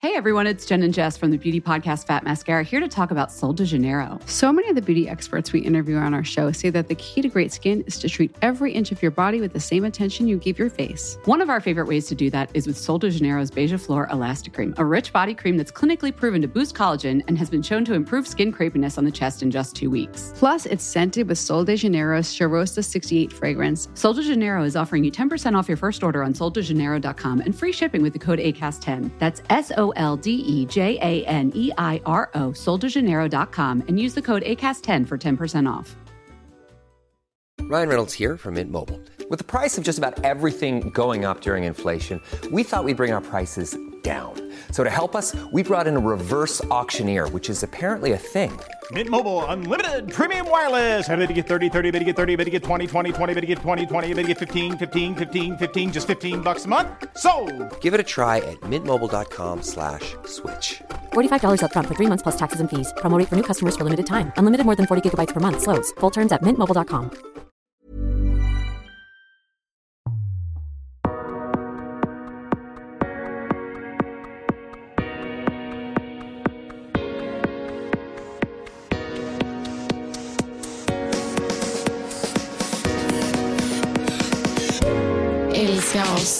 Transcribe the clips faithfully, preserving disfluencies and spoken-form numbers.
Hey everyone, it's Jen and Jess from the beauty podcast Fat Mascara here to talk about Sol de Janeiro. So many of the beauty experts we interview on our show say that the key to great skin is to treat every inch of your body with the same attention you give your face. One of our favorite ways to do that is with Sol de Janeiro's Beija Flor Elastic Cream, a rich body cream that's clinically proven to boost collagen and has been shown to improve skin crepiness on the chest in just two weeks. Plus, it's scented with Sol de Janeiro's Charosta sixty-eight fragrance. Sol de Janeiro is offering you ten percent off your first order on sol de janeiro dot com and free shipping with the code A C A S T ten. That's S O L D E J A N E I R O, sol de janeiro dot com, and use the code A C A S ten for ten percent off. Ryan Reynolds here from Mint Mobile. With the price of just about everything going up during inflation, we thought we'd bring our prices down. So to help us, we brought in a reverse auctioneer, which is apparently a thing. Mint Mobile Unlimited Premium Wireless. How to get thirty, thirty, how to get thirty, how to get twenty, twenty, twenty, how to get twenty, twenty, how to get fifteen, fifteen, fifteen, fifteen, just fifteen bucks a month? Sold! Give it a try at mintmobile.com slash switch. forty-five dollars up front for three months plus taxes and fees. Promo rate for new customers for limited time. Unlimited more than forty gigabytes per month. Slows full terms at mint mobile dot com. Älska oss.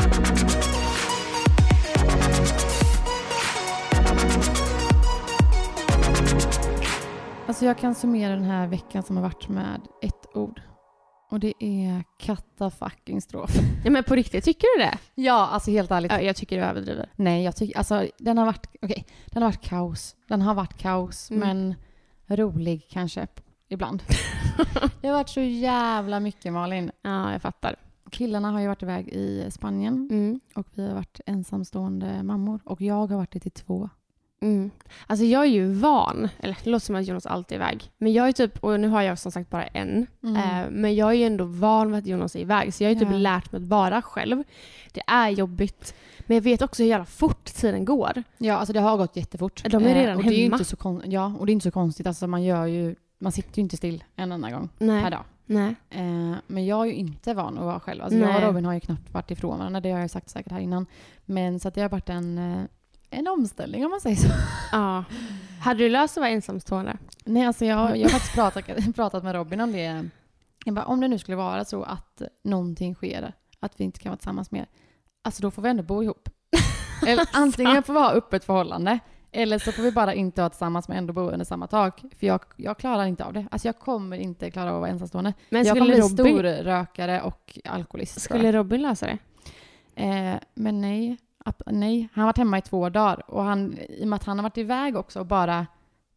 Alltså jag kan summera den här veckan som har varit med ett ord. Och det är katastrof. Ja, men på riktigt, tycker du det? Ja, alltså helt ärligt. Ja, jag tycker du överdriver. Nej, jag tycker, alltså den har varit, okej, okay, den har varit kaos. Den har varit kaos, mm. men rolig kanske ibland. Det har varit så jävla mycket, Malin. Ja, jag fattar. Killarna har ju varit iväg i Spanien mm. och vi har varit ensamstående mammor. Och jag har varit det till två. Mm. Alltså jag är ju van, eller det låter som att Jonas alltid är iväg. Men jag är typ, och nu har jag som sagt bara en. Mm. Eh, men jag är ju ändå van med att Jonas är iväg. Så jag har ju typ ja. lärt mig att vara själv. Det är jobbigt. Men jag vet också hur jävla fort tiden går. Ja, alltså det har gått jättefort. De är redan eh, och hemma. Det är ju inte så kon- ja, och det är inte så konstigt. Alltså man gör ju, man sitter ju inte still en enda gång Nej. per dag. Nej. Eh, men jag är ju inte van att vara själv. Alltså jag och Robin har ju knappt varit ifrån varandra. Det har jag sagt säkert här innan. Men så att det har varit en, en omställning om man säger så. Ja. Hade du löst att vara ensamstående? Nej, alltså jag, jag har faktiskt pratat, pratat med Robin om det. Jag bara, om det nu skulle vara så att någonting sker, att vi inte kan vara tillsammans mer. Alltså då får vi ändå bo ihop. Eller antingen får vi ha öppet förhållande. Eller så får vi bara inte vara tillsammans med ändå bo under samma tak. För jag, jag klarar inte av det. Alltså jag kommer inte klara av att vara ensamstående. Men jag kommer bli Robin... stor rökare och alkoholist. Skulle Robin lösa det? Eh, men nej. nej. Han har varit hemma i två dagar. Och han, i och med att han har varit iväg också och bara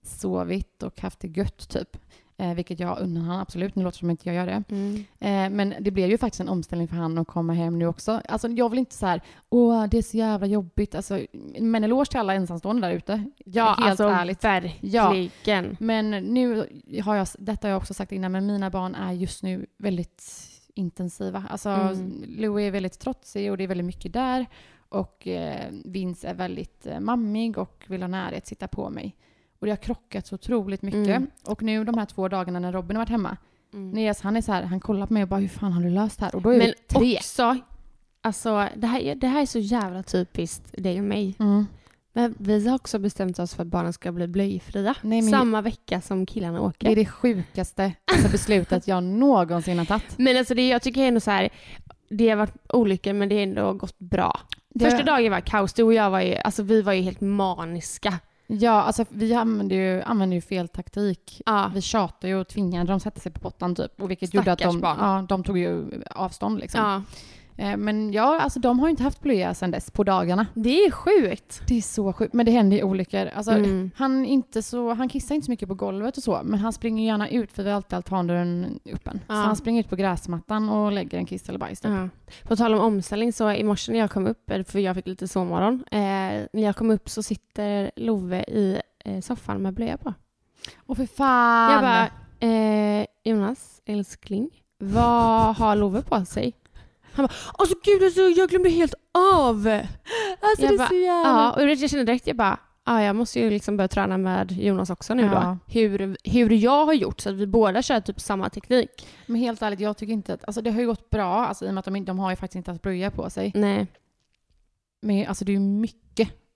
sovit och haft det gött typ. Eh, vilket jag unnar han absolut. Nu låter det som att jag gör det. Mm. Eh, men det blev ju faktiskt en omställning för han att komma hem nu också. Alltså jag vill inte så här, åh det är så jävla jobbigt. Alltså, men eloge till alla ensamstående där ute. Ja, helt alltså ärligt. verkligen. Ja. Men nu har jag, detta har jag också sagt innan, men mina barn är just nu väldigt intensiva. Alltså mm. Louie är väldigt trotsig och det är väldigt mycket där. Och eh, Vince är väldigt eh, mammig och vill ha närhet, sitta på mig. Och det har krockat så otroligt mycket. Mm. Och nu de här två dagarna när Robin har varit hemma. Mm. Nes, han är så här, han kollar på mig och bara, hur fan har du löst det här? Och då är men vi tre. Också, alltså det här, det här är så jävla typiskt dig och mig. Mm. Men vi har också bestämt oss för att barnen ska bli blöjfria. Nej, men samma vecka som killarna åker. Det är det sjukaste alltså, beslutet jag någonsin har tagit. Men alltså det, jag tycker ändå så här, det har varit olyckor men det har ändå gått bra. Det... Första dagen var kaos. Du och jag var ju, alltså vi var ju helt maniska. Ja, alltså vi använde ju, använde ju fel taktik. Ja. Vi tjatade ju och tvingade dem att sätta sig på pottan typ. Och vilket Stackars gjorde att de, barn. ja, de tog ju avstånd liksom. Ja. Eh, men ja, alltså de har ju inte haft blöja sedan dess på dagarna. Det är sjukt. Det är så sjukt. Men det händer ju olyckor. Alltså, mm. han, inte så, han kissar inte så mycket på golvet och så. Men han springer gärna ut för vi har alltid altandörren öppen. Ja. Så han springer ut på gräsmattan och lägger en kiss eller bajs. Typ. Ja. På tal om omställning så i morse när jag kom upp, för jag fick lite sovmorgon. Eh, när jag kom upp så sitter Love i eh, soffan med blöja på. Åh för fan! Jag bara, eh, Jonas, älskling, vad har Love på sig? Han bara, alltså gud alltså, jag glömde helt av. Alltså jag det bara, är så jävla... Ja, och jag kände direkt, jag bara, ah, jag måste ju liksom börja träna med Jonas också nu ja. då. Hur, hur jag har gjort så att vi båda kör typ samma teknik. Men helt ärligt, jag tycker inte att, alltså det har ju gått bra, alltså i och med att de, de har ju faktiskt inte haft blöja på sig. Nej. Men alltså det är ju mycket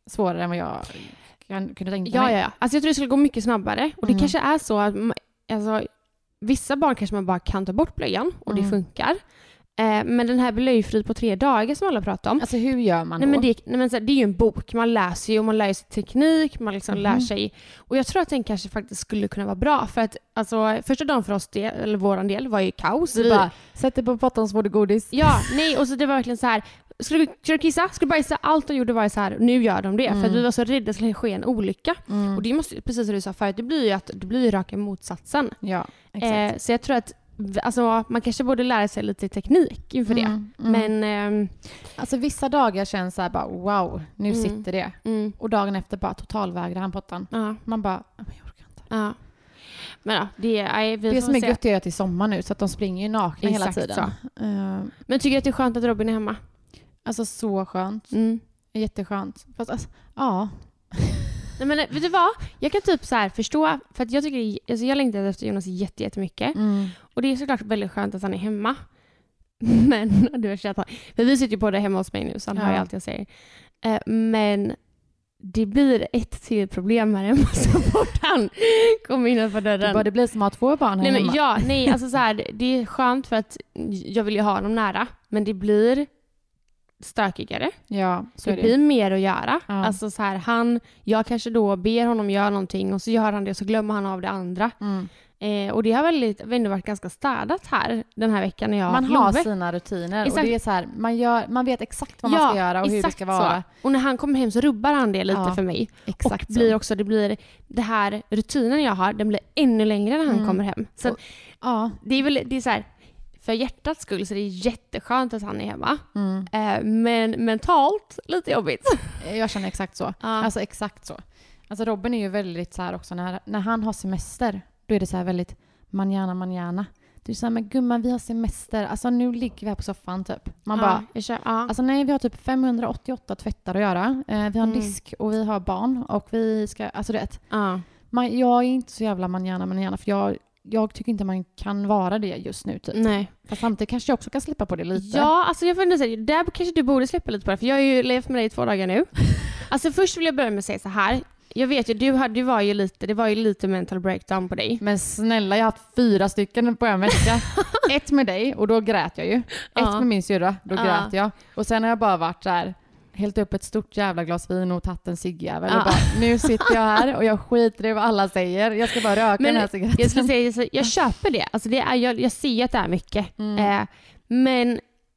svårare än vad jag kan, kunde tänka Ja, mig. ja, ja. Alltså jag tror det skulle gå mycket snabbare. Och det Mm. kanske är så att ma- alltså, vissa barn kanske man bara kan ta bort blöjan och Mm. det funkar. Eh, men den här blöjfri på tre dagar som alla pratar om. Alltså hur gör man nej, då? men det, nej, men så här, det är ju en bok. Man läser ju och man lär sig teknik. Man liksom Mhm. lär sig. Och jag tror att den kanske faktiskt skulle kunna vara bra. För att alltså, första dagen för oss, del, eller våran del, var ju kaos. Vi bara, sätt dig på pottan så får du godis. Ja, nej. Och så det var verkligen så här. Ska du, ska du kissa? Ska du bajsa? Allt de gjorde var så här. Nu gör de det. Mm. För att vi var så rädda att det skulle ske en olycka. Mm. Och det måste, precis som du sa förut, det blir ju att det blir ju raka motsatsen. Ja, exakt. Eh, så jag tror att alltså, man kanske borde lära sig lite teknik inför Mm, det. mm. Men ehm, Alltså vissa dagar känns så här bara wow, nu Mm. sitter det. mm, Och dagen efter bara totalvägrar han pottan. ja, Man bara, jag orkar inte. ja. Men ja, det är... nej, vi Det får som är se. gött är att det är sommar nu så att de springer ju nakna hela Exakt tiden. Uh, Men tycker du att det är skönt att Robin är hemma? alltså så skönt. Mm. Jätteskönt. Fast alltså, ja. Nej, men vet du vad? Jag kan typ så här förstå, för att jag tycker det är- alltså jag längtar efter Jonas jätte, jättemycket. Mm. Och det är såklart väldigt skönt att han är hemma. Men, du vet att han, för vi sitter ju på det hemma hos mig nu så han Ja. hör ju allt jag säger. Eh, men det blir ett till problem med hemma så fort han kommer innanför Det, dörren. bara, det blir som att ha två barn här Nej, men hemma. ja, nej, alltså så här, det är skönt för att jag vill ju ha dem nära, men det blir stökigare. Ja, så Det är det. blir mer att göra. Ja. Alltså så här, han, jag kanske då ber honom göra någonting och så gör han det och så glömmer han av det andra. Mm. Eh, och det har väldigt, ändå varit ganska städat här den här veckan när jag Man har Love. sina rutiner Exakt. och det är så här, man, gör, man vet exakt vad man ska göra och hur det exakt ska vara. Så. Och när han kommer hem så rubbar han det lite Ja, för mig. Exakt och så. blir också, det blir det här rutinen jag har, den blir ännu längre när han Mm. kommer hem. Så Och- Ja. det är väl, det är så här, för hjärtats skull så är det jätteskönt att han är hemma. Mm. Eh, men mentalt lite jobbigt. Jag känner exakt så. Ja. Alltså exakt så. Alltså Robin är ju väldigt så här också när, när han har semester, då är det så här väldigt manjana manjana. Du är så här, men gumman vi har semester. Alltså nu ligger vi här på soffan typ. Man ja, bara, jag kör, ja. alltså nej vi har typ femhundraåttioåtta tvättar att göra. Eh, vi har en Mm. disk och vi har barn och vi ska, alltså du vet. ja. Man, jag är inte så jävla manjana manjana för jag, jag tycker inte man kan vara det just nu typ. Nej. Fast samtidigt kanske jag också kan slippa på det lite. Ja, alltså jag får ändå säga, där kanske du borde släppa lite på det, för jag har ju levt med dig i två dagar nu. Alltså först vill jag börja med att säga så här. Jag vet ju, du, hade, du var ju lite, det var ju lite mental breakdown på dig. Men snälla, jag har haft fyra stycken på en vecka. Ett med dig och då grät jag ju. Ett Ja. med min syrra, då Ja. grät jag. Och sen har jag bara varit så här, hällt upp ett stort jävla glas vin och tagit en ciggjävel. Ja. Och bara, nu sitter jag här och jag skiter i vad alla säger. Jag ska bara röka Men den här cigaretten. jag skulle säga, så jag köper det. Alltså det är, jag, jag ser att det är mycket. Mm. Eh, men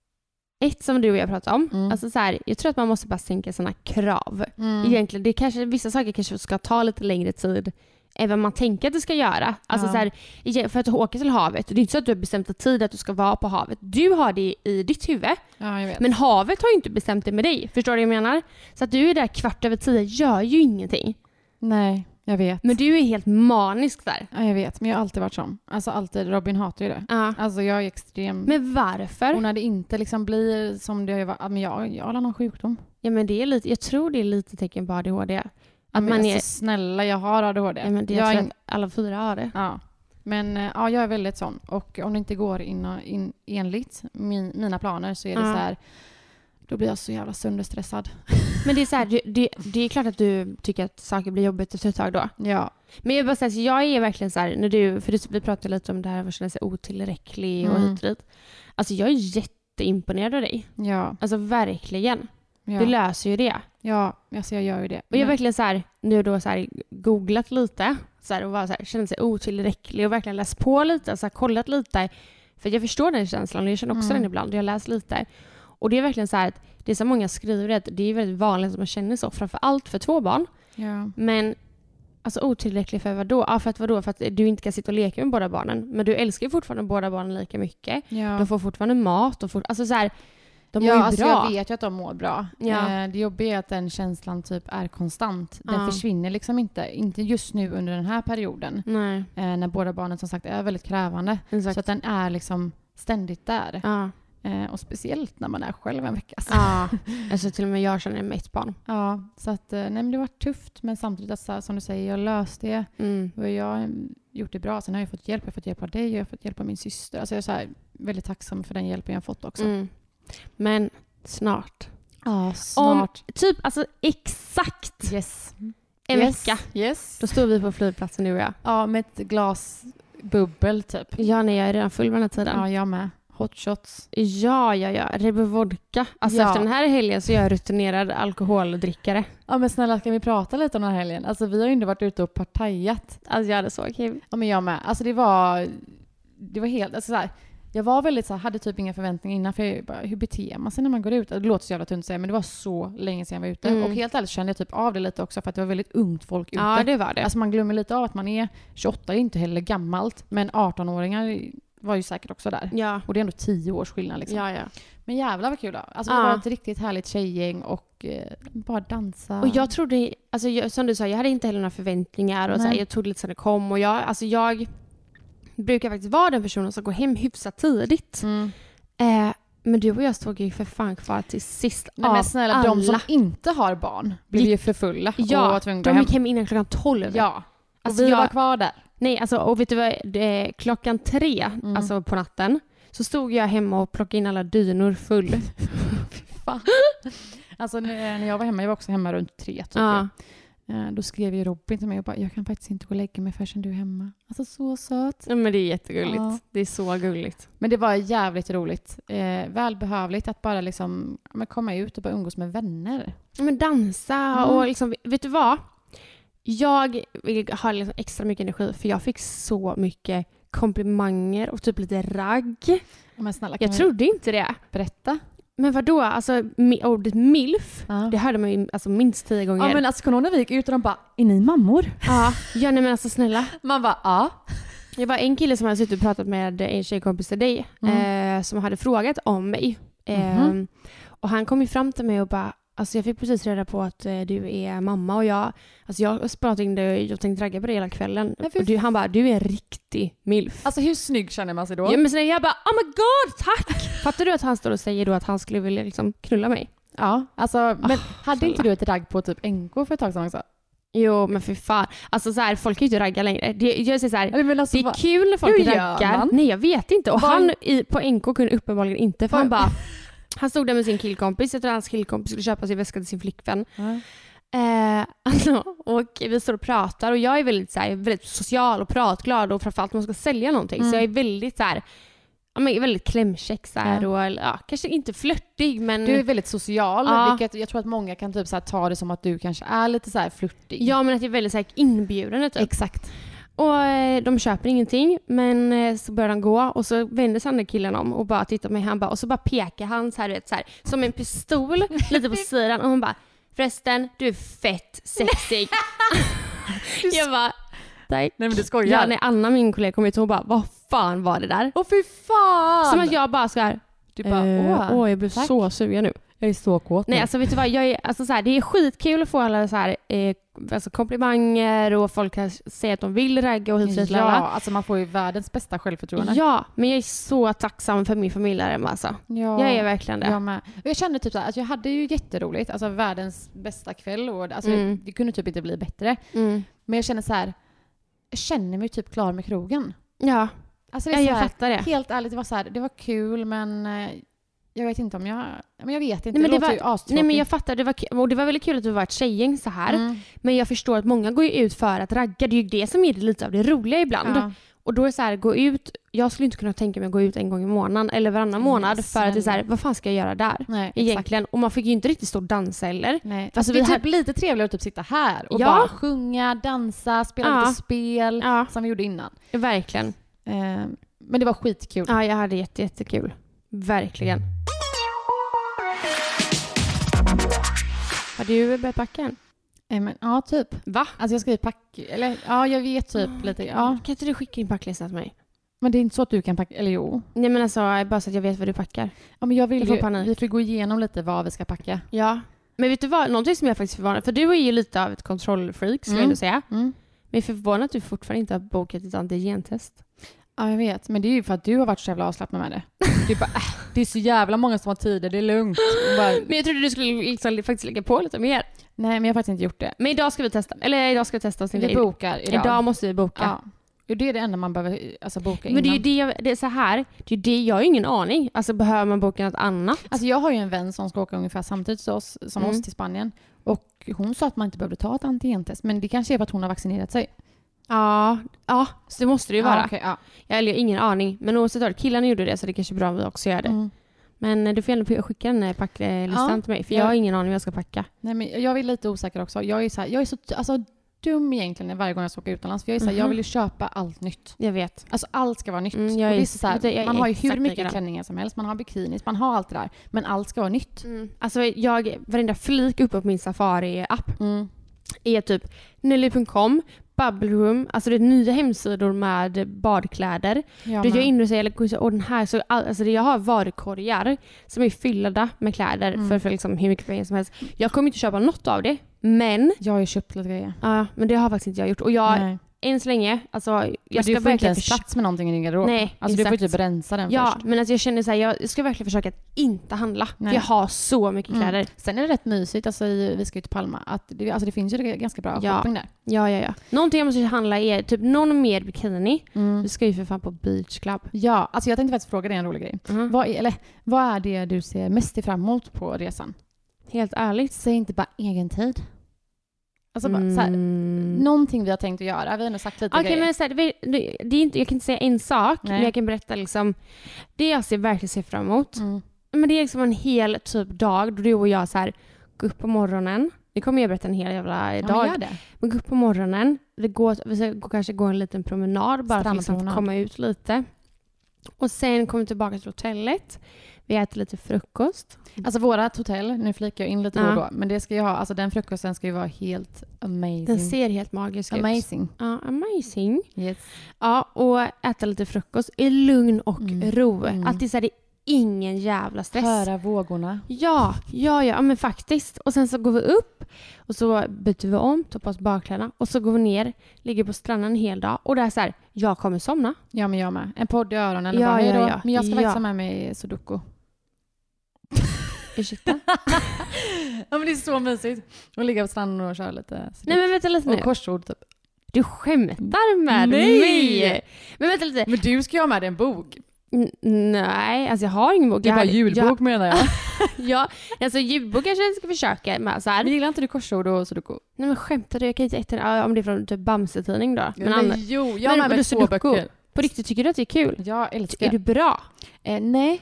ett som du och jag pratade om, Mm. alltså så här, jag tror att man måste bara sänka sådana krav. Mm. Egentligen, det kanske, vissa saker kanske ska ta lite längre tid än vad man tänker att det ska göra. Alltså Ja. så här, igen, för att åka till havet, det är inte så att du har bestämt en tid att du ska vara på havet. Du har det i ditt huvud. Ja, jag vet. Men havet har ju inte bestämt det med dig. Förstår du vad jag menar? Så att du är där kvart över tio gör ju ingenting. Nej, jag vet. Men du är helt manisk där. Ja, jag vet. Men jag har alltid varit sån. Alltså alltid. Robin hatar ju det. Ja. Alltså jag är extrem. Men varför? Och när det inte liksom blir som det var, ja, men jag, jag har någon sjukdom. Ja, men det är lite, jag tror det är lite tecken på A D H D. Att Att man man är... alltså, snälla, jag har A D H D. Ja, men det, jag jag är tror in- att alla fyra har det. Ja. Men eh, ja, jag är väldigt sån. Och om det inte går in, in, enligt min, mina planer så är det Ja. så här, då blir jag så jävla sönderstressad. Men det är så här, det, det, det är klart att du tycker att saker blir jobbigt efter ett tag då. Ja. Men jag bara säger, så jag är verkligen så här, när du, för du, vi pratade lite om det här att känna sig otillräcklig och Mm. hit och dit. Alltså jag är jätteimponerad av dig. Ja. Alltså verkligen. Ja. Du löser ju det. Ja, alltså jag gör ju det. Och jag har Men- verkligen så här, nu då så här, googlat lite så här, och var så här, kände sig otillräcklig och verkligen läst på lite, så här, kollat lite. För jag förstår den känslan och jag känner också Mm. den ibland. Jag har läst lite. Och det är verkligen så här att det är så många skriver att det är väldigt vanligt att man känner så. Framför allt för två barn. Ja. Men alltså otillräcklig för vad då? Ja, för att vad då? För att du inte kan sitta och leka med båda barnen. Men du älskar ju fortfarande båda barnen lika mycket. Ja. De får fortfarande mat och fort, alltså så här, de mår ja, ju alltså bra. jag vet ju att de mår bra. Ja. Eh, det jobbiga är att den känslan typ är konstant. Den Ja. försvinner liksom inte. Inte just nu under den här perioden. Nej, Eh, när båda barnen som sagt är väldigt krävande. exakt. Så att den är liksom ständigt där. Ja. Eh, och speciellt när man är själv en vecka. Så. Ja, alltså till och med jag känner med ett barn. Ja, så att eh, nej, men det var tufft. Men samtidigt, alltså, som du säger, jag löste det. Mm. Och jag har gjort det bra. Sen har jag fått hjälp. Jag har fått hjälp av dig och jag har fått hjälp av min syster. Alltså jag är så här, väldigt tacksam för den hjälpen jag har fått också. Mm. Men snart. Ja, snart. Om typ alltså exakt Yes. en yes. vecka. Yes. Då står vi på flygplatsen nu och jag. Ja, med ett glas bubbel typ. Ja, nej, jag är redan full med den här tiden. Ja, jag med. Hot shots. Ja, ja, ja. Rebbe vodka. Alltså Ja. efter den här helgen så är jag rutinerad alkoholdrickare. Ja, men snälla, ska vi prata lite om den här helgen? Alltså vi har ju inte varit ute och partajat. Alltså jag hade så kul. Ja, men jag med. Alltså det var... Det var helt... Alltså så här, jag var väldigt så här, hade typ inga förväntningar innan. För jag bara, hur beter man sig när man går ut? Det låter så jävla tunt att säga, men det var så länge sedan jag var ute. Mm. Och helt ärligt kände jag typ av det lite också för att det var väldigt ungt folk ute. Ja, det var det. Alltså man glömmer lite av att man är tjugoåtta, är inte heller gammalt. Men arton-åringar var ju säkert också där. Ja. Och det är ändå tio års skillnad liksom. Ja, ja. Men jävlar vad kul då. Alltså det Ja. var ett riktigt härligt tjejgäng och eh, bara dansa. Och jag trodde, alltså jag, som du sa, jag hade inte heller några förväntningar. Och så här, Nej. jag tog lite så det kom. Och jag, alltså jag brukar faktiskt vara den personen som går hem hyfsat tidigt. Mm. Eh, men du och jag stod ju för fan kvar till sist. Nej, av men snälla, alla. de som inte har barn blir Gick- ju för fulla och Ja, var tvungna att gå de hem. gick hem innan klockan tolv. Ja, Alltså och vi jag- var kvar där. Nej, alltså, och vet du vad? Det, klockan tre, Mm. alltså på natten, så stod jag hemma och plockade in alla dynor full. Fan. Alltså när när jag var hemma, jag var också hemma runt tre typ. Ja. Eh, Då skrev ju Robin till mig och bara, jag kan faktiskt inte gå och lägga mig förrän du är hemma. Alltså så söt. Ja, men det är jättegulligt. Ja. Det är så gulligt. Men det var jävligt roligt. Eh, välbehövligt att bara liksom, ja, men komma ut och bara umgås med vänner. Ja, men dansa Mm. och liksom, vet du vad? Jag vill ha liksom extra mycket energi för jag fick så mycket komplimanger och typ lite ragg. Ja, men snälla, kan Jag vi trodde inte det. berätta? Men vadå? Alltså mi- ordet milf, Ja. det hörde man ju alltså, minst tio gånger. Ja, men alltså kommer du ihåg när vi gick ut och de bara, är ni mammor? ja, ja nej, men alltså snälla. Man bara, ja. Det var en kille som hade suttit och pratat med en tjejkompis till dig Mm. eh, som hade frågat om mig. Eh, Mhm. Och han kom ju fram till mig och bara, alltså jag fick precis reda på att eh, du är mamma och jag, alltså jag spratade in det och jag tänkte ragga på det hela kvällen. Nej, fy Och du, han bara, du är en riktig milf. Alltså hur snygg känner man sig då? ja, men sen jag bara, oh my god, tack! Fattar du att han står och säger då att han skulle vilja liksom knulla mig? Ja, alltså, men hade snälla. inte du ett ragg på typ N K för ett tag sedan också? Jo, men för fan. Alltså så här, folk kan ju inte ragga längre. Det, jag säger så här, Eller, men alltså, det är vad- kul när folk hur gör raggar. man? Nej, jag vet inte. Och Vad- han i, på N K kunde uppenbarligen inte. För Vad- han bara, han stod där med sin killkompis. Jag tror hans killkompis skulle köpa sin väska till sin flickvän. Ja. Eh, alltså, och vi står och pratar och jag är väldigt, så här, väldigt social och pratglad och framförallt om man ska sälja någonting. Mm. Så jag är väldigt så här, ja, men väldigt klämkäck så här, Ja. och ja, kanske inte flörtig men Du är väldigt social, Ja. vilket jag tror att många kan typ så här ta det som att du kanske är lite så här flörtig. ja, men att jag är väldigt så här, inbjudande typ. exakt. Och eh, de köper ingenting, men eh, så börjar han gå och så vänder sig den där killen om och bara tittar på mig. Han bara, och så bara pekar han så här, vet, så här som en pistol lite på sidan och hon bara, förresten, du är fett sexig. Jag bara, tack. Nej men du skojar. Ja, när Anna, min kollega, kom ut och hon bara, vad fan var det där? Åh fy fan! Som att jag bara så här, Du bara, eh, åh, åh, jag blev tack. så sugen nu. Jag är så kåt Nej, nu. alltså vet du vad, jag är, alltså, så här, det är skitkul att få alla så här, eh, alltså, komplimanger och folk kan säga att de vill ragga och hit och dit. Ja, lalla. alltså man får ju världens bästa självförtroende. Ja, men jag är så tacksam för min familj där hemma alltså. Ja. Jag är verkligen det. Jag med. Och jag kände typ så här, att jag hade ju jätteroligt, alltså världens bästa kväll och alltså Mm. det kunde typ inte bli bättre. Mm. Men jag känner så här, jag känner mig typ klar med krogen. Ja, Alltså det ja är så jag här, fattar det. helt ärligt, det var så här, det var kul men eh, jag vet inte om jag, men jag vet inte, Nej, men det, det låter var- ju astråkigt. Nej, men jag fattar, det var, k- och det var väldigt kul att det var ett tjejgäng så här. Mm. Men jag förstår att många går ju ut för att ragga. Det är ju det som är det lite av det roliga ibland. Ja. Och då är det så här, gå ut. Jag skulle inte kunna tänka mig att gå ut en gång i månaden eller varannan månad för att det är så här, vad fan ska jag göra där? Nej, exakt. Egentligen. Och man fick ju inte riktigt stå och dansa heller. Nej. Alltså, Alltså, vi det är hade- typ lite trevligare att typ sitta här och Ja. bara sjunga, dansa, spela Ja. lite spel Ja, som vi gjorde innan. verkligen. Eh, men det var skitkul. Ja, jag hade jätte, jättekul. Verkligen. Har du börjat packa än? Eh, men, ja, typ. Va? Alltså jag ska ju packa, eller ja, jag vet typ lite. Ja, Kan inte du skicka in packlistan till mig? men det är inte så att du kan packa, eller jo. Nej, men alltså bara så att jag vet vad du packar. Ja, men jag vill Jag får ju, panik. vi får gå igenom lite vad vi ska packa. Ja. Men vet du vad? Någonting som jag faktiskt är förvånad, för du är ju lite av ett kontrollfreak skulle Mm. jag ändå säga. Mm. Men jag är förvånad att du fortfarande inte har bokat ett antigentest. Ja, jag vet. Men det är ju för att du har varit så jävla avslappnad med det. Du bara, äh, det är så jävla många som har tider, det är lugnt. Och bara, Men jag trodde du skulle liksom faktiskt lägga på lite mer. nej, men jag har faktiskt inte gjort det. Men idag ska vi testa. Eller idag ska vi testa oss. Vi bokar idag. Idag måste vi boka. Ja. Och det är det enda man behöver alltså, boka innan. Men det är ju det, jag, det är så här, det är det, jag har ju ingen aning. Alltså behöver man boka något annat? Alltså jag har ju en vän som ska åka ungefär samtidigt som oss, som Mm. oss till Spanien. Och hon sa att man inte behövde ta ett antigentest. Men det kanske är för att hon har vaccinerat sig. Ja, ja, så det måste det ju vara. Ja, okay, ja. Jag har ingen aning. Men oavsett vad, killarna gjorde det så det är kanske är bra om vi också gör det. Mm. Men du får ändå skicka den packlistan Ja. till mig. För Ja. jag har ingen aning vad jag ska packa. Nej, men jag är lite osäker också. Jag är så, här, jag är så alltså, dum egentligen varje gång jag ska åka utomlands. För jag är så här, Mhm. jag vill ju köpa allt nytt. Jag vet. Alltså allt ska vara nytt. Mm, jag och det är- är så här, jag är man har ju hur exakt mycket likadan. klänningar som helst. Man har bikinis, man har allt det där. Men allt ska vara nytt. Mm. Alltså jag, varenda flik uppe på min Safari-app Mm. är typ Nelly punkt com, Bubble Room, alltså det är nya hemsidor med badkläder. Ja, Då jag men- in och säger, och den här, så all, alltså det, jag har varukorgar som är fyllda med kläder Mm. för, för liksom hur mycket pengar som helst. Jag kommer inte köpa något av det, men Jag har ju köpt lite grejer. ja, men det har faktiskt inte jag gjort. Och jag, Nej. än så länge, alltså jag Men ska du får inte verkligen ens försöka. plats med någonting i din garderob. Nej, alltså du får ju exakt. typ rensa den Ja, först. men alltså jag känner så här, jag ska verkligen försöka att inte handla. Nej. För jag har så mycket Mm. kläder. Sen är det rätt mysigt, alltså i, vi ska ju till Palma, att det, alltså det finns ju ganska bra Ja. shopping där. Ja, ja, ja. Någonting jag måste handla är typ någon mer bikini. Mm. Vi ska ju för fan på Beach Club. Ja, alltså jag tänkte faktiskt fråga dig en rolig grej. Mhm. Vad är, eller, vad är det du ser mest fram emot på resan? Helt ärligt. Säg inte bara egen tid. Alltså bara, så här, Mm. någonting vi har tänkt att göra. Vi har ändå sagt lite Okej, grejer. men så här, det, det, det är inte, jag kan inte säga en sak, Nej. men jag kan berätta liksom det jag ser, verkligen ser fram emot. Mm. Men det är liksom en hel typ dag då du och jag så här går upp på morgonen. Det kommer jag berätta en hel jävla Ja, dag. men gör det. Men gå upp på morgonen, vi, går, vi ska gå, kanske gå en liten promenad bara för att liksom Strandpromenad. komma ut lite. Och sen kommer vi tillbaka till hotellet. Vi äter lite frukost. Alltså vårat hotell, nu flikar jag in lite då Ja. och då, men det ska ju ha, alltså den frukosten ska ju vara helt amazing. Den ser helt magisk ut. amazing. Ja, amazing. Yes. Ja, och äta lite frukost i lugn och Mm. ro. Mm. Att det är så här, det är ingen jävla stress. Höra vågorna. Ja, ja, ja, men faktiskt. Och sen så går vi upp och så byter vi om, tar på oss bakkläderna och så går vi ner, ligger på stranden en hel dag och det är så här, jag kommer somna. Ja, men jag med. En podd i öronen och Ja, bara, hej då. ja, ja. Men jag ska Ja. faktiskt ha med mig sudoku. Ursäkta? Ja, men det är så mysigt. Och ligga på stranden och köra lite sudoku. Nej, men vänta lite nu. Och korsord typ. Du skämtar med Nej! mig. Men vänta lite. Men du ska ju ha med dig en bok. N- nej, alltså jag har ingen bok. Det är Jag bara har- julbok menar jag. Jag, ja, alltså julbok kanske jag ska försöka med så här. Men gillar inte du korsord och sudoku? Nej men skämtar du? Jag kan inte äta ja, om det är från typ Bamse-tidning då. Men, men annars, jo, jag Men- har med men mig du två sudoku? böcker. på riktigt, tycker du att det är kul? Jag älskar Är du bra? Eh, nej.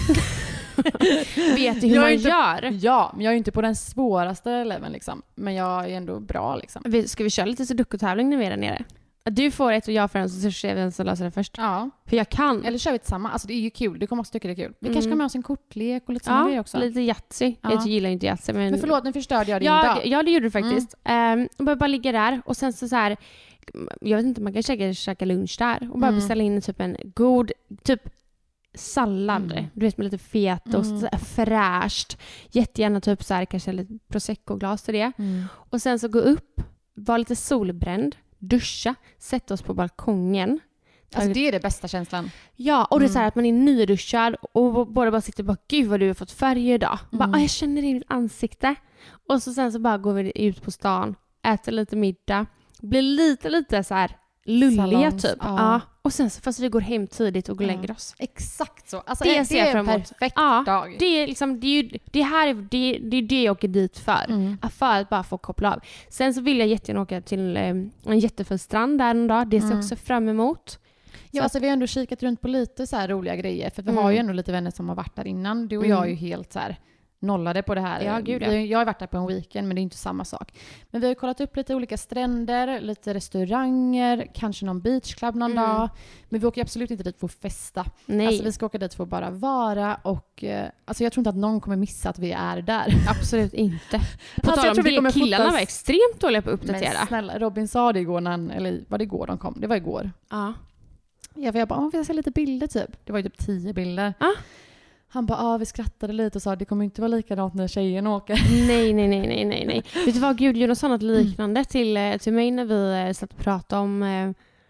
Vet du hur Jag är man inte- gör? Ja, men jag är ju inte på den svåraste leveln liksom. Men jag är ändå bra liksom. Vi- Ska vi köra lite sudoku-tävling när vi är där nere? Att du får ett och jag får en, så ser vi vem som löser det först. Ja. För jag kan. Eller kör vi tillsammans. Alltså det är ju kul. Du kommer också tycka det är kul. Vi Mm. kanske ska med oss en kortlek och lite sådana grejer Ja, också. lite Yatzy. Ja. Jag gillar ju inte Yatzy. Men, Men förlåt, nu förstörde jag din ja, dag. det- ja, det gjorde du faktiskt. Mm. Um, bara, bara ligga där och sen så, så här, jag vet inte, man kan käka, käka lunch där och bara Mm. beställa in typ en god, typ sallad. Mm. Du vet, med lite fetaost, Mm. så här fräscht. Jättegärna typ så här, kanske lite prosecco-glas till det. Mm. Och sen så gå upp, vara lite solbränd, duscha, sätta oss på balkongen. Alltså det är det bästa känslan. Ja, och det är Mm. så här att man är nyduschad och båda bara sitter och bara, gud vad du har fått färg idag. Och bara, Mm. ah, jag känner det i mitt ansikte. Och så sen så bara går vi ut på stan, äter lite middag, blir lite, lite så här lulliga Salons, typ. ja. Ja. Och sen så, fast vi går hem tidigt och går och Ja. lägger oss. Exakt så. Alltså, Det det, ser det jag är fram en emot. perfekt Ja, dag. Det är liksom, det är ju, det här är det, det är det jag åker dit för. Mm. För att bara få koppla av. Sen så vill jag jättegärna åka till eh, en jättefin strand där en dag. Det ser jag Mm. också fram emot. Ja, Så alltså vi har ändå kikat runt på lite så här roliga grejer. För vi Mm. har ju ändå lite vänner som har varit där innan. Du och Mm. jag är ju helt så här nollade på det här. Ja, gud, ja. Vi- Jag har varit där på en weekend, men det är inte samma sak. Men vi har kollat upp lite olika stränder, lite restauranger, kanske någon beachclub någon Mm. dag. Men vi åker absolut inte dit för att festa. Nej, Alltså vi ska åka dit för att bara vara och eh, alltså jag tror inte att någon kommer missa att vi är där. absolut inte. På Alltså, tal jag om tror vi det, kommer killarna fotas- var extremt dåliga på att Men uppdatera. snälla, Robin sa det igår när han, eller var det igår de kom? Det var igår. Ja. Ja, för jag bara, åh, vi ska se lite bilder typ. Det var ju typ tio bilder. Ah. Han bara, ah, vi skrattade lite och sa det kommer inte vara likadant när tjejen åker. Nej, nej, nej, nej, nej, nej. Vet du vad, Gud gjorde något liknande till, eh, till mig när vi eh, satt och pratade om, eh,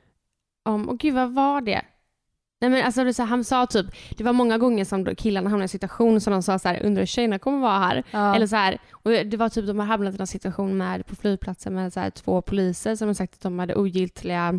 om, och gud vad var det? Nej men alltså det är så här, han sa typ, det var många gånger som då killarna hamnade i en situation som de sa så här, undrar hur tjejerna kommer vara här. Ja. Eller så här, och det var typ de har hamnat i en situation med på flygplatsen med så här, två poliser som har sagt att de hade ogiltiga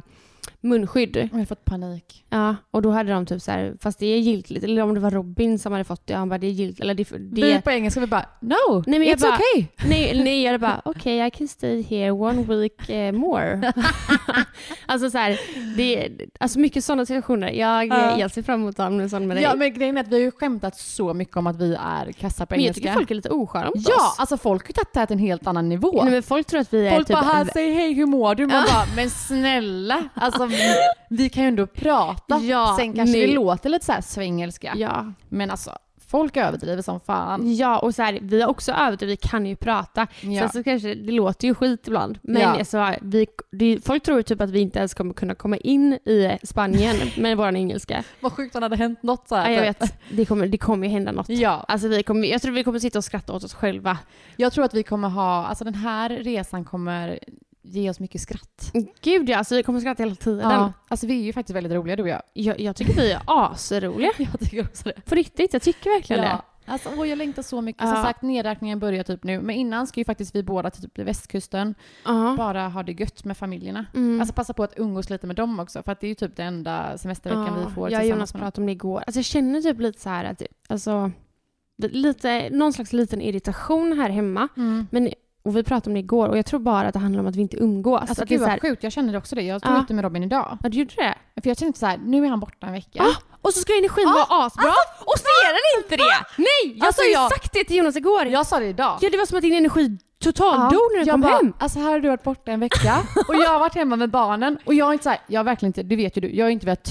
munskydd. Jag har fått panik. Ja, och då hade de typ så här, fast det är giltigt, eller om det var Robin som hade fått det, han bara det är giltigt, eller det, det Vi på engelska vi bara, no, nej, men it's bara, okay. Nej, nej, jag bara, okay, I can stay here one week uh, more. Alltså så här, det är, alltså mycket sådana situationer. Jag, uh. jag ser fram emot dem med sån med dig. Ja, men grejen är att vi har ju skämtat så mycket om att vi är kassa på men engelska. jag tycker folk är lite osköna mot Ja, oss. alltså folk har tagit det här till en helt annan nivå. Nej, men folk tror att vi är folk typ... bara, här, säg hej, hur mår du? Man bara, men snälla, alltså vi, vi kan ju ändå prata. Ja, sen kanske nej. det låter lite så här svengelska. Ja. Men alltså, folk överdriver som fan. Ja, och så här, vi har också överdrivet, vi kan ju prata. Ja. Sen så kanske, det låter ju skit ibland. Men Ja. alltså, vi, det, folk tror typ att vi inte ens kommer kunna komma in i Spanien med våran engelska. Vad sjukt om det hade hänt något så här. Ja, jag vet. Det kommer, det kommer ju hända något. Ja. Alltså, vi kommer, jag tror vi kommer sitta och skratta åt oss själva. Jag tror att vi kommer ha, alltså den här resan kommer ge oss mycket skratt. Gud ja, alltså vi kommer skratta hela tiden. Ja. Alltså vi är ju faktiskt väldigt roliga, du och jag. Jag, jag tycker vi är asroliga. Jag tycker också det. På riktigt, jag tycker verkligen Ja. det. Alltså, åh, jag längtar så mycket. Ja. Som sagt, nedräkningen börjar typ nu. Men innan ska ju faktiskt vi båda till typ västkusten Ja. bara ha det gött med familjerna. Mm. Alltså passa på att umgås lite med dem också. För att det är ju typ den enda semesterveckan Ja, vi får jag och Jonas tillsammans med dem. pratade om det igår. Alltså jag känner typ lite så här att, alltså, lite, någon slags liten irritation här hemma. Mm. Men, och vi pratade om det igår och jag tror bara att det handlar om att vi inte umgås. Alltså att det är gud så här, vad sjukt, jag känner också det. Jag tog Ja. ut det med Robin idag. ja, du gjorde det? För jag kände så här, nu är han borta en vecka. Ah, och så ska energin Ah, vara asbra. och så är den inte det. Nej, jag Alltså, sa ju jag- sagt det till Jonas igår. Jag sa det idag. Ja, det var som att din energi totalt dog när du jag kom bara, hem. alltså här har du varit borta en vecka och jag har varit hemma med barnen och jag har inte så här, jag har verkligen inte, det vet ju du, jag har inte velat.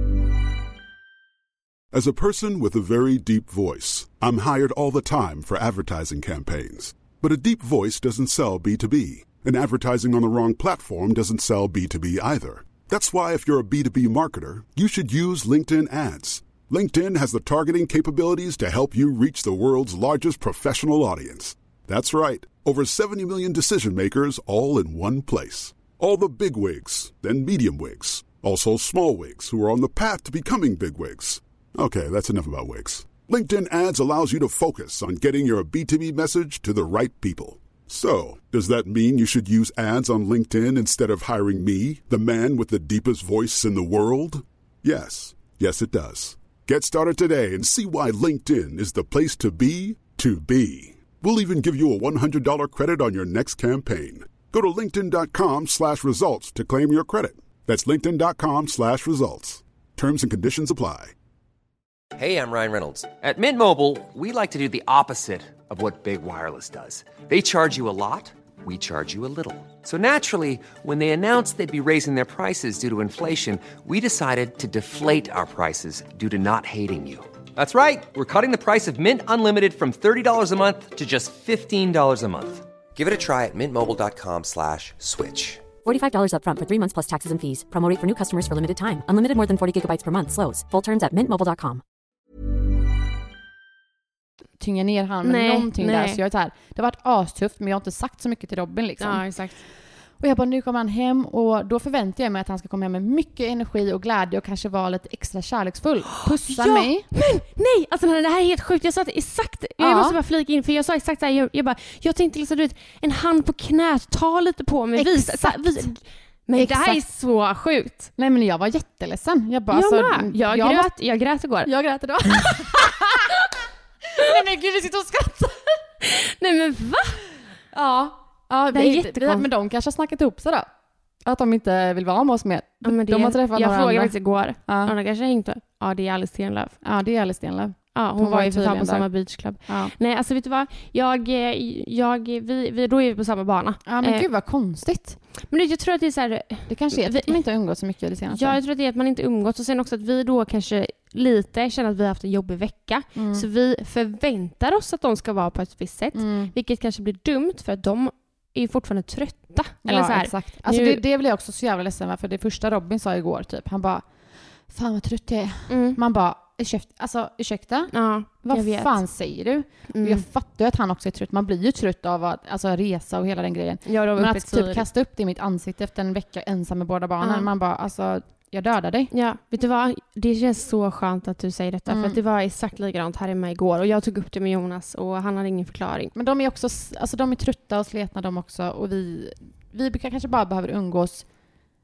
As a person with a very deep voice, I'm hired all the time for advertising campaigns. But a deep voice doesn't sell B two B, and advertising on the wrong platform doesn't sell B two B either. That's why if you're a B two B marketer, you should use LinkedIn ads. LinkedIn has the targeting capabilities to help you reach the world's largest professional audience. That's right, over seventy million decision makers all in one place. All the big wigs, then medium wigs, also small wigs who are on the path to becoming big wigs. Okay, that's enough about wigs. LinkedIn ads allows you to focus on getting your B two B message to the right people. So, does that mean you should use ads on LinkedIn instead of hiring me, the man with the deepest voice in the world? Yes. Yes, it does. Get started today and see why LinkedIn is the place to be to be. We'll even give you a one hundred dollars credit on your next campaign. Go to linkedin.com slash results to claim your credit. That's linkedin.com slash results. Terms and conditions apply. Hey, I'm Ryan Reynolds. At Mint Mobile, we like to do the opposite of what Big Wireless does. They charge you a lot, we charge you a little. So naturally, when they announced they'd be raising their prices due to inflation, we decided to deflate our prices due to not hating you. That's right. We're cutting the price of Mint Unlimited from thirty dollars a month to just fifteen dollars a month. Give it a try at mintmobile.com slash switch. forty-five dollars up front for three months plus taxes and fees. Promo rate for new customers for limited time. Unlimited more than forty gigabytes per month slows. Full terms at mint mobile dot com. Tynga ner han med Nej, någonting nej. där. Så jag är så här, det har varit astufft men jag har inte sagt så mycket till Robin liksom. Ja, exakt. Och jag bara, nu kommer han hem och då förväntar jag mig att han ska komma hem med mycket energi och glädje och kanske vara lite extra kärleksfull. Pussa Ja, mig. men nej, alltså det här är helt sjukt. Jag sa det exakt, jag Ja. måste bara flika in för jag sa exakt så här, jag, jag bara, jag tänkte liksom du vet, en hand på knät, ta lite på mig, visa. Så här, Exakt. vi, men Exakt. det här är så sjukt. Nej men jag var jätteledsen. Jag bara, Jag alltså, med. Jag, jag grät, måste- jag grät igår. Jag grät idag. Nej men gud, vi sitter och skrattar. Nej men va? Ja. Ja, Det är vi, jättekonstigt. vi, men de kanske har snackat ihop sig då. Att de inte vill vara med oss mer. Ja, men det, de har träffat jag några frågade andra. faktiskt igår. Ja. Ja. De kanske hängt då. Ja, det är Alice Stenlöf. Ja, det är Alice Stenlöf. Ja, hon, Hon var var ju för fan tydligen på där. samma beachclub. Ja. Nej, alltså vet du vad? Jag, eh, jag, vi, vi, då är vi på samma bana. Ja men Eh, gud vad konstigt. Men det, jag tror att det är så här, Det kanske är att vi- de inte har umgått så mycket det senaste. ja, jag tror att det är att man inte umgåtts och sen också att vi då kanske lite känner att vi har haft en jobbig vecka. Mm. Så vi förväntar oss att de ska vara på ett visst sätt. Mm. Vilket kanske blir dumt för att de är ju fortfarande trötta. Eller Ja, så här, exakt. Alltså nu- det, det blev jag också så jävla ledsen för. För det första Robin sa igår typ, han bara, fan vad trött jag är. Mm. Man bara, ursäkta, alltså ursäkta? Ja, jag Vad vet. fan säger du? Mm. Och jag fattar ju att han också är trött. Man blir ju trött av att alltså, resa och hela den grejen. Jag var Men uppe att typ tidigt. kasta upp det i mitt ansikte efter en vecka ensam med båda barnen. Ja. Man bara, alltså jag dödar dig. Ja, vet du vad? Det känns så skönt att du säger detta. Mm. För att det var exakt likadant här hemma igår. Och jag tog upp det med Jonas och han hade ingen förklaring. Men de är också, alltså de är trötta och sletna de också. Och vi, vi kanske bara behöver umgås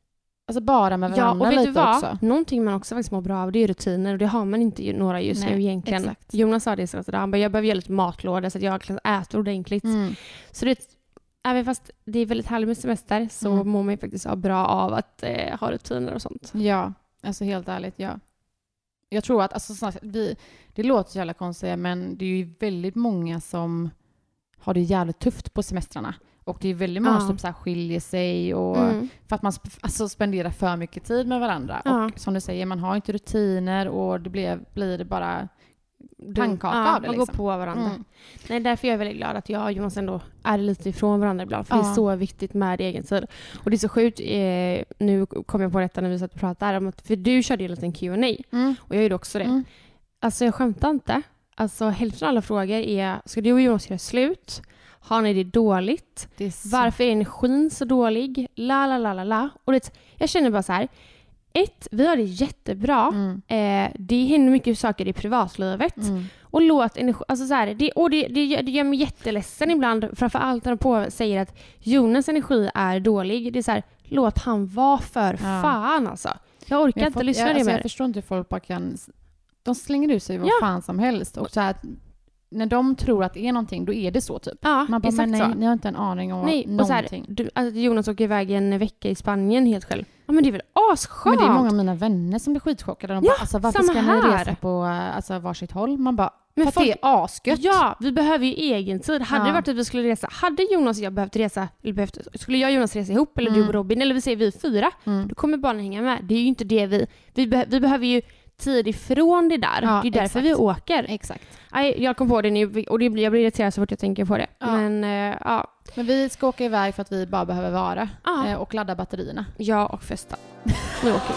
Alltså bara med varandra ja, och vet lite du vad? också. Någonting man också faktiskt mår bra av, det är rutiner. Och det har man inte några just Nej, nu egentligen. exakt. Jonas sa det så att han bara, jag behöver göra lite matlåda så att jag kan äta ordentligt. Mm. Så det, även fast det är väldigt härligt med semester så Mm. mår man ju faktiskt ha bra av att eh, ha rutiner och sånt. Ja, alltså helt ärligt, ja. Jag tror att, alltså, snart, vi, det låter så jävla konstigt, men det är ju väldigt många som har det jävligt tufft på semestrarna. Och det är väldigt många Ja. som så här skiljer sig och Mm. för att man sp- alltså, spenderar för mycket tid med varandra. Ja. Och som du säger, man har inte rutiner och det blir, blir det bara pannkaka ja, av det. man Liksom. går på varandra. Mm. Nej, därför är jag väldigt glad att jag och Jonas ändå är lite ifrån varandra ibland. För Ja. det är så viktigt med egen tid. Och det är så sjukt, eh, nu kom jag på detta när vi satt och pratade om att, för du körde ju en liten Q and A Mm. och jag gjorde också det. Mm. Alltså jag skämtar inte. Alltså hälften av alla frågor är, ska du och Jonas göra slut? Har ni det dåligt? Det är så... Varför är energin så dålig? La la la la la. Och det, jag känner bara så här. Ett, vi har det jättebra. Mm. Eh, det händer mycket saker i privatlivet. Mm. Och låt energi, alltså så här, det, och det, det, gör- det gör mig jätteledsen ibland. Framförallt när de på säger att Jonas energi är dålig. Det är så här, låt han vara för Ja. fan alltså. Jag orkar Men jag inte får- lyssna jag, det alltså, mer. jag förstår inte hur folk bara kan... De slänger ut sig vad Ja. fan som helst. Och så här, när de tror att det är någonting, då är det så typ. Ja, Man bara, exakt men så. nej, ni har inte en aning om Nej, och så här, någonting. du, alltså Jonas åker iväg en vecka i Spanien helt själv. Ja, men det är väl asskönt. Men det är många av mina vänner som blir skitchockade. De Ja, bara, alltså, varför samma ska här. ni resa på alltså, varsitt håll? Man bara, Men för att folk- det är asgött. Ja, vi behöver ju egen tid. Hade Ja. det varit att vi skulle resa, hade Jonas och jag behövt resa, eller behövt, skulle jag och Jonas resa ihop, eller Mm. du och Robin, eller vi säger vi fyra, Mm. då kommer barnen hänga med. Det är ju inte det vi, vi, be, vi behöver ju tid ifrån det där. Ja, det är därför exakt. vi åker. Exakt. Nej, jag kom på det nu och det blir, jag blir irriterad så fort jag tänker på det. Ja. Men eh, ja, Men vi ska åka iväg för att vi bara behöver vara Ja. eh, och ladda batterierna. jag och festa. Nu åker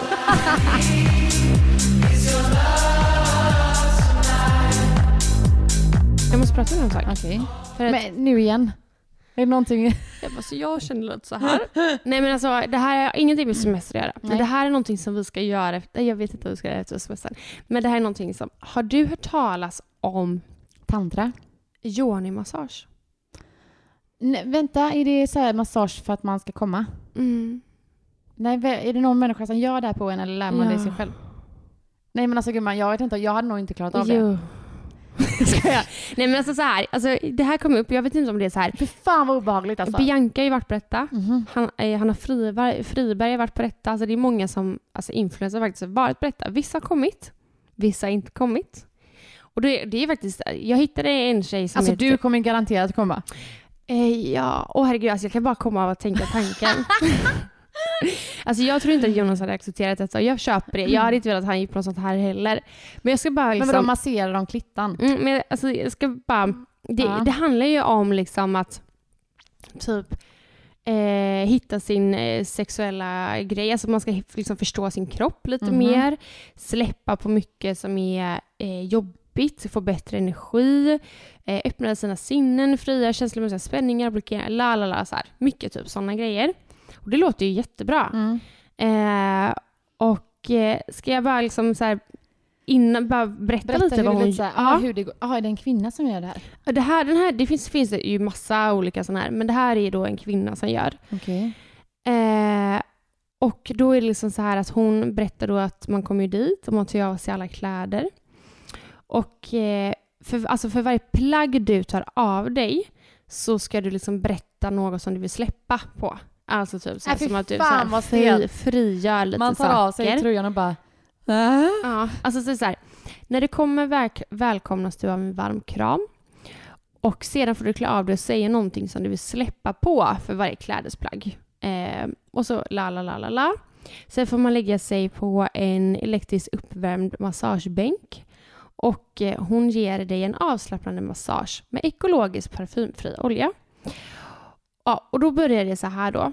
vi. Jag måste prata med en sak. Okej. För att- Men nu igen. Är det någonting... Jag, bara, så jag känner lite så här. Nej men alltså det här har ingenting med semester att göra. Men Nej. det här är någonting som vi ska göra efter, jag vet inte vad vi ska göra efter semestern. Men det här är någonting som, har du hört talas om Tantra? yoni-massage? Nej, vänta, är det så här massage för att man ska komma? Mm. Nej, vä- är det någon människa som gör det här på en eller lär man Ja. det sig själv? Nej men alltså gumman, jag vet inte, jag hade nog inte klarat av det. Jo. Ska jag? Nej men alltså så här, alltså, det här kom upp, jag vet inte om det är så här. Fy fan vad obehagligt alltså. Bianca har ju varit på detta. Mhm. Han, eh, Hanna Friberg, Friberg har varit på detta. Alltså det är många som, alltså influencers har faktiskt varit på detta. Vissa har kommit, vissa har inte kommit. Och det, det är faktiskt, jag hittade en tjej som Alltså heter, du kommer garanterat komma. Eh, ja, åh herregud, alltså jag kan bara komma av att tänka tanken. Alltså jag tror inte att Jonas hade accepterat detta. Jag köper det. Jag hade inte velat att han gick på något sånt här heller. Men jag ska bara liksom... Men vadå, masserar de klittan? Mm, men alltså jag ska bara... Det, Ja. det handlar ju om liksom att typ eh, hitta sin eh, sexuella grej. Alltså man ska liksom förstå sin kropp lite Mhm. mer. Släppa på mycket som är eh, jobbigt. Få bättre energi. Eh, öppna sina sinnen. Fria känslomässiga spänningar. Blockera. La, la, la, så här. Mycket typ sådana grejer. Och det låter ju jättebra. Mm. Eh, och eh, ska jag bara liksom så här innan bara berätta, Berätta lite hur, vad det hon lite så här, ja. ah, hur det går. Ah, är det en kvinna som gör det här? Det här, den här, det finns, finns det ju massa olika sådana här, men det här är då en kvinna som gör. Okej. Eh, och då är det liksom så här att hon berättar då att man kommer ju dit och man tar av sig alla kläder. Och eh, för, alltså för varje plagg du tar av dig så ska du liksom berätta något som du vill släppa på. Alltså typ så här, Äh, fy som att du fan, så här, vad fri, stelt. frigör lite Man tar saker. av sig tröjan och bara... Äh? Ja, alltså så är det så här. När du kommer väl, välkomnas du av en varm kram. Och sedan får du klä av dig och säga någonting som du vill släppa på för varje klädesplagg. Eh, och så la la la la la. Sen får man lägga sig på en elektriskt uppvärmd massagebänk. Och eh, hon ger dig en avslappnande massage med ekologisk parfymfri olja. Ja, och då börjar det så här då.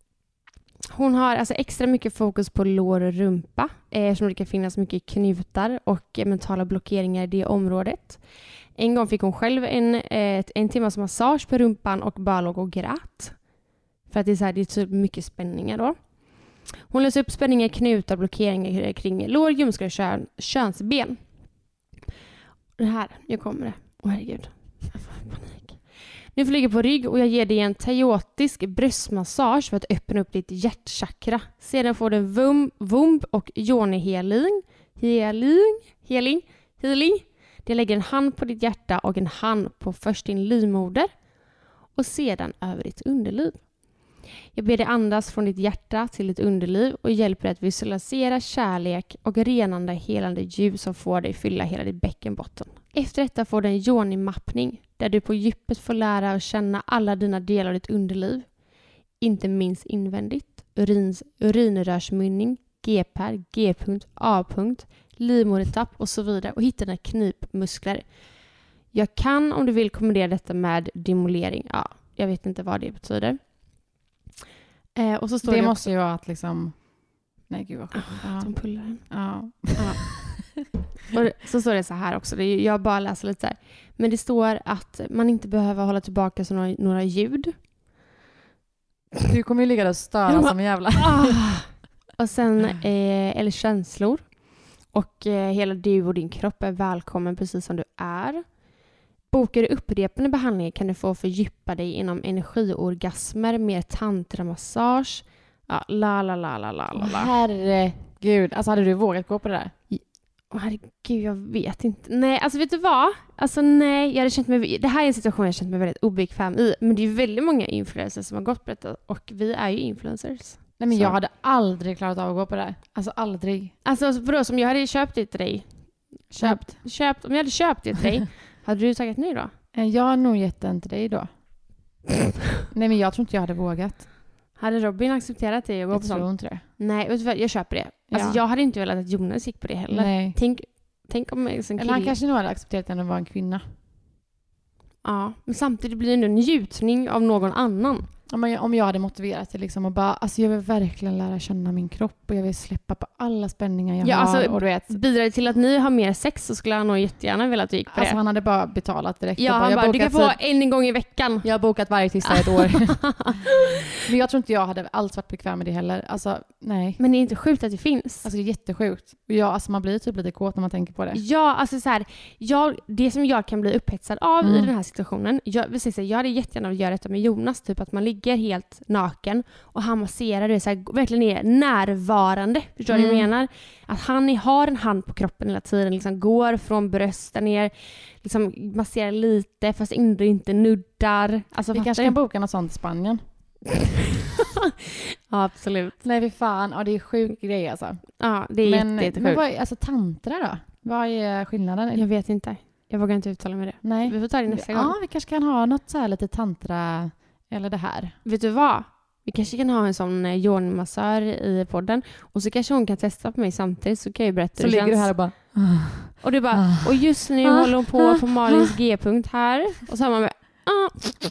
Hon har alltså extra mycket fokus på lår och rumpa eh, eftersom det kan finnas mycket knutar och eh, mentala blockeringar i det området. En gång fick hon själv en, eh, en timmas massage på rumpan och bara låg och grät. För att det är, så här, det är typ mycket spänningar då. Hon löser upp spänningar, knutar, blockeringar kring lår, ljumskar och kön, könsben. Det här, nu kommer det. Åh herregud. Jag får panik. Nu får du ligga på rygg och jag ger dig en teotisk bröstmassage för att öppna upp ditt hjärtchakra. Sedan får du en vumb, vumb och yoni-healing. Healing, healing, healing. Det lägger en hand på ditt hjärta och en hand på först din livmoder och sedan över ditt underliv. Jag ber dig andas från ditt hjärta till ditt underliv och hjälper dig att visualisera kärlek och renande helande ljus som får dig fylla hela ditt bäckenbotten. Efter detta får du en yoni-mappning där du på djupet får lära och känna alla dina delar av ditt underliv. Inte minst invändigt, urins, urinrörsmynning, G-pär, G-punkt, A-punkt, livmodertapp och så vidare och hitta dina knipmuskler. Jag kan om du vill kombinera detta med demolering. Ja, jag vet inte vad det betyder. Eh, och så står det, det måste också, ju vara att liksom... Nej, gud vad sjukt. ah, de pullar den. Ja. Ja. Och så står det så här också. Det är, jag bara läser lite så här. Men det står att man inte behöver hålla tillbaka så några, några ljud. Du kommer ju ligga där och störa Ja, som en jävla... Ah. Och sen, eh, eller känslor. Och eh, hela du och din kropp är välkommen precis som du är. Bokar du upprepande behandlingar kan du få fördjupa dig inom energiorgasmer, mer tantramassage. Ja, la la la la la la. Herregud, alltså hade du vågat gå på det där? Åh, herregud, jag vet inte. Nej, alltså vet du vad? Alltså nej, jag hade känt mig... Det här är en situation jag känt mig väldigt obekväm i. Men det är ju väldigt många influencers som har gått på detta. Och vi är ju influencers. Nej, men så. jag hade aldrig klarat av att gå på det där. Alltså aldrig. Alltså vadå, som jag hade köpt det till dig. Köpt? köpt om jag hade köpt det till dig, hade du sagt nej då? Jag har nog gett den till dig då. Nej, men jag tror inte jag hade vågat. Hade Robin accepterat det och gå Jag på tror sånt? inte det. Nej, vet du vad? Jag köper det. Alltså Ja. jag hade inte velat att Jonas gick på det heller. Nej. Tänk, tänk om en sån Eller han kille... kanske nog hade accepterat att det var en kvinna. Ja, men samtidigt blir det ändå en njutning av någon annan. Om jag, om jag hade motiverat det liksom och bara, alltså jag vill verkligen lära känna min kropp och jag vill släppa på alla spänningar jag Ja, har. alltså, och du vet, bidrar det till att ni har mer sex så skulle han nog jättegärna vilja att du gick på alltså det. han hade bara betalat direkt. Ja, och bara, han jag bara, har du kan bokat få tid- en gång i veckan. Jag har bokat varje tisdag i ett år. Men jag tror inte jag hade alls varit bekväm med det heller. Alltså, nej. Men det är inte sjukt att det finns. Alltså det är jättesjukt. Och jag, alltså man blir typ lite kåt när man tänker på det. Ja, alltså så här, jag, det som jag kan bli upphetsad av Mm. i den här situationen, jag, vill säga, jag hade jättegärna velat göra detta med Jonas, typ att man ligger helt naken och han masserar det så här, verkligen är närvarande. Förstår du vad jag Mm. menar? Att han är, har en hand på kroppen hela tiden, liksom går från brösten ner, liksom masserar lite fast ändå inte nuddar. Alltså, Vi fattar kanske du? kan boka något sånt i Spanien. Ja, absolut. Nej, vi fan. Ja, det är sjuk grej alltså. Ja, det är Men, jätte, jättesjukt. men vad är, alltså tantra då? Vad är skillnaden? Jag vet inte. Jag vågar inte uttala mig det. Nej. Vi får ta det nästa gång. Ja, vi kanske kan ha något så här lite tantra eller det här. Vet du vad? Vi kanske kan ha en sån eh, yoni-massör i podden. Och så kanske hon kan testa på mig samtidigt så kan jag ju berätta Så hur det ligger du känns. här och bara... Och du bara, och just nu Ah. håller hon på på Malins G-punkt här. Och så har man bara, ah.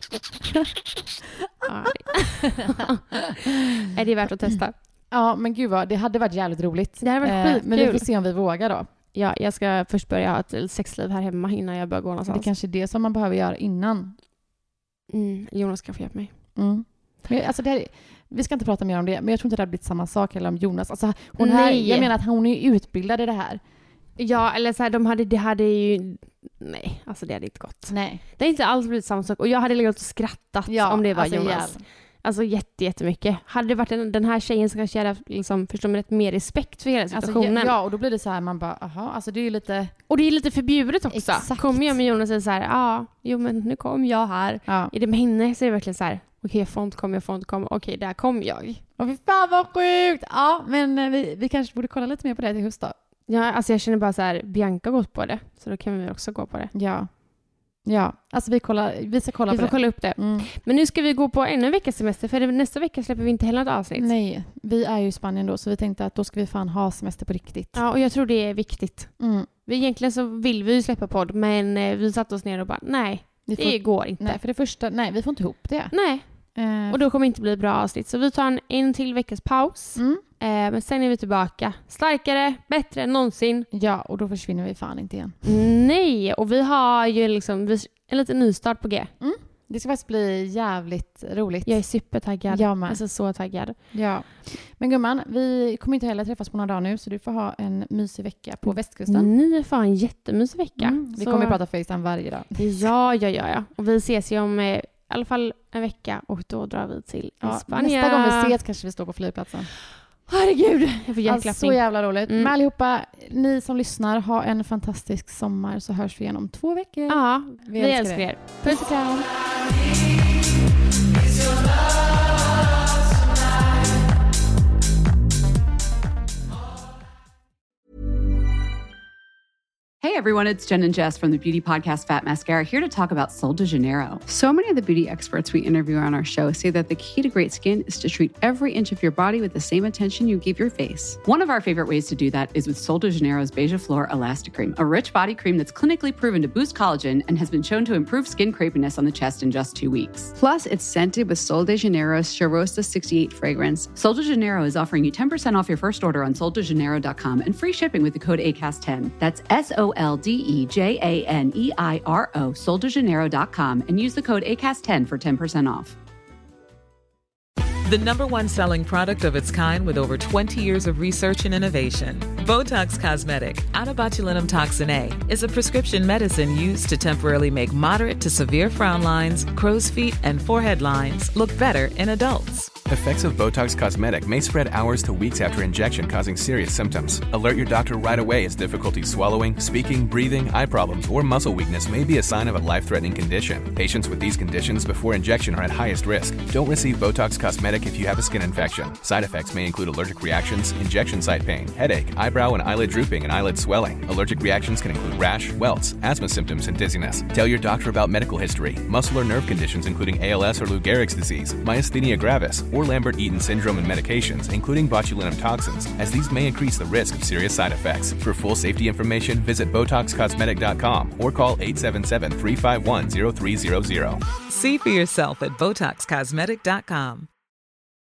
Ja, det- är det värt att testa? Ja, men gud vad, det hade varit jävligt roligt. Det hade varit Eh, skitkul. Men vi får se om vi vågar då. Ja, jag ska först börja ha ett sexliv här hemma innan jag börjar gå Det någonstans. kanske är det som man behöver göra innan. Mm, Jonas kan få hjälpa mig. Mm. Men, alltså det här, vi ska inte prata mer om det, men jag tror inte det hade blivit samma sak heller om Jonas. Alltså, hon här, Nej. jag menar att hon är utbildad i det här. Ja, eller så här, de hade, det hade ju... Nej, alltså det hade inte gått. Nej. Det har inte alls blivit samma sak. Och jag hade legat och skrattat om det var alltså, Jonas. jävlar. Alltså jätte, jättemycket. Hade det varit den, den här tjejen så kanske jag hade liksom, förstår mig rätt, mer respekt för hela situationen. Alltså, ja, och då blir det så här, man bara, aha, alltså det är ju lite... Och det är lite förbjudet också. Exakt. Kommer jag med Jonas och säger så här, ja, ah, jo men nu kom jag här. Ja. Är det med henne så är det verkligen så här, okej okay, jag får inte komma, jag får inte komma, okej okay, där kom jag. Åh fy fan vad sjukt! Ja, men eh, vi, vi kanske borde kolla lite mer på det till höst då. Ja, alltså jag känner bara så här, Bianca har gått på det, så då kan vi också gå på det. Ja. Ja, alltså vi, kollar, vi ska kolla Vi på får det. kolla upp det. Mm. Men nu ska vi gå på ännu en veckas semester, för nästa vecka släpper vi inte heller något avsnitt. Nej, vi är ju i Spanien då, så vi tänkte att då ska vi fan ha semester på riktigt. Ja, och jag tror det är viktigt. Mm. Vi, egentligen så vill vi ju släppa podd, men eh, vi satte oss ner och bara, nej, Vi får, det går inte. nej, för det första, nej, vi får inte ihop det. Nej, Eh, och då kommer det inte bli bra avsnitt. Så vi tar en, en till veckas paus. mm. Eh, men sen är vi tillbaka. Starkare, bättre än någonsin. Ja, och då försvinner vi fan inte igen. Nej, och vi har ju liksom vi, en liten nystart på G. Det ska faktiskt bli jävligt roligt. Jag är supertaggad. Jag med. Alltså så taggad. Ja. Men gumman, vi kommer inte heller träffas på några dagar nu, så du får ha en mysig vecka på västkusten. Ni är fan en jättemysig vecka. Mm. Vi Så- kommer att prata FaceTime varje dag. Ja, ja, ja, ja. Och vi ses ju om eh, alla fall en vecka och då drar vi till Ja, Spanien. nästa gång vi ses kanske vi står på flygplatsen. Herregud, jag får Alltså, så jävla roligt. Mm. Men allihopa, ni som lyssnar, ha en fantastisk sommar så hörs vi igen om två veckor. Ja, vi, vi älskar älskar er. er. Puss och kram. Hey everyone, it's Jen and Jess from the beauty podcast Fat Mascara, here to talk about Sol de Janeiro. So many of the beauty experts we interview on our show say that the key to great skin is to treat every inch of your body with the same attention you give your face. One of our favorite ways to do that is with Sol de Janeiro's Beija Flor Elastic Cream, a rich body cream that's clinically proven to boost collagen and has been shown to improve skin crepiness on the chest in just two weeks. Plus, it's scented with Sol de Janeiro's Charosta sixty-eight fragrance. Sol de Janeiro is offering you ten percent off your first order on sol de janeiro dot com and free shipping with the code A C A S T ten. That's S O L D E J A N E I R O, sol de janeiro dot com, and use the code A C A S T ten for ten percent off. The number one selling product of its kind with over twenty years of research and innovation. Botox Cosmetic, out of botulinum toxin A, is a prescription medicine used to temporarily make moderate to severe frown lines, crow's feet, and forehead lines look better in adults. Effects of Botox Cosmetic may spread hours to weeks after injection, causing serious symptoms. Alert your doctor right away as difficulty swallowing, speaking, breathing, eye problems, or muscle weakness may be a sign of a life-threatening condition. Patients with these conditions before injection are at highest risk. Don't receive Botox Cosmetic if you have a skin infection. Side effects may include allergic reactions, injection site pain, headache, eyebrow and eyelid drooping, and eyelid swelling. Allergic reactions can include rash, welts, asthma symptoms, and dizziness. Tell your doctor about medical history, muscle or nerve conditions including A L S or Lou Gehrig's disease, myasthenia gravis, or Lambert-Eaton syndrome and medications, including botulinum toxins, as these may increase the risk of serious side effects. For full safety information, visit botox cosmetic dot com or call eight seven seven, three five one, zero three zero zero. See for yourself at botox cosmetic dot com.